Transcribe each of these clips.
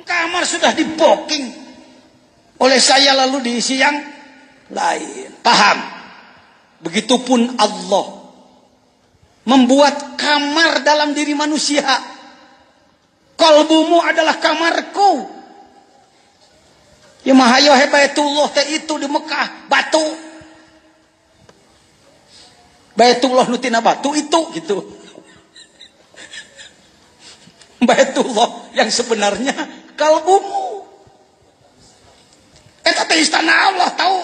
Kamar sudah di booking oleh saya lalu diisi yang lain. Paham? Begitupun Allah membuat kamar dalam diri manusia. Kalbumu adalah kamarku. Ya mahayo Baitullah teh itu di Mekah, batu. Baitullah nutina batu itu gitu. Baitullah yang sebenarnya kalbumu. Eta teh istana Allah tahu.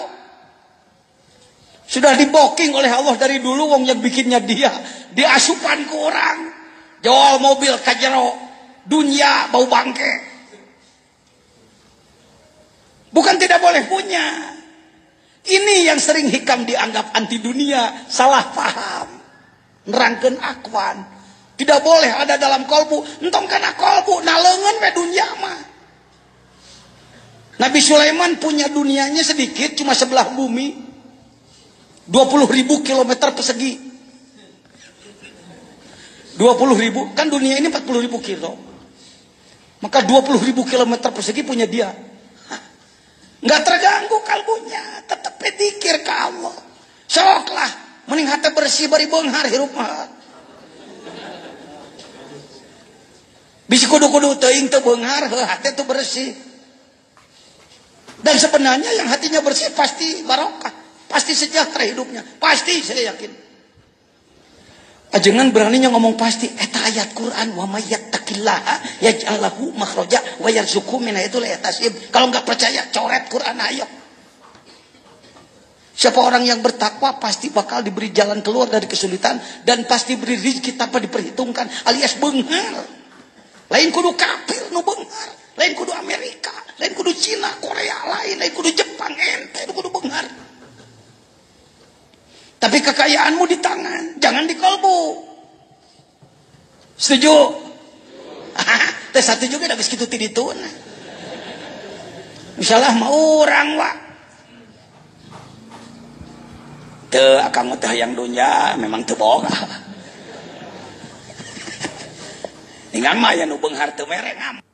Sudah di-booking oleh Allah dari dulu, wong yang bikinnya dia. Diasupan ke orang. Jual mobil kajero. Dunia bau bangke. Bukan tidak boleh punya. Ini yang sering hikam dianggap anti dunia. Salah paham. Nerangkeun akwan. Tidak boleh ada dalam kolbu. Entong kana kolbu. Nalengan we dunia mah. Nabi Sulaiman punya dunianya sedikit. Cuma sebelah bumi. 20.000 kilometer persegi. 20.000. Kan dunia ini 40.000 kilo. Maka 20.000 kilometer persegi punya dia. Nggak terganggu kalbunya, tetap pedikir ke Allah. Soklah, mending hati bersih bari beunghar hirup mah. Bisi kudu-kudu teuing teu beunghar, hati itu bersih. Dan sebenarnya yang hatinya bersih pasti barokah, pasti sejahtera hidupnya, pasti saya yakin. Ajengan beraninya ngomong pasti. Eta ayat Quran, wa may yattaqillaha yaj'al lahu makhraja wa yarzuqhu min haitsu la yahtasib. Kalau enggak percaya coret Quran ayo. Siapa orang yang bertakwa pasti bakal diberi jalan keluar dari kesulitan dan pasti beri rezeki tanpa diperhitungkan, alias beunghar. Lain kudu kafir nu beunghar, lain kudu Amerika, lain kudu Cina, Korea, lain kudu Jepang, ente kudu beunghar. Tapi kekayaanmu di tangan, jangan di kalbu. Setuju? Teh satu juga dah geus kitu ti ditu. Misalnya mau orang wa. Teu akang teh yang dunya memang teu boga. Ningan mah aya nu beunghar teu mere ngam.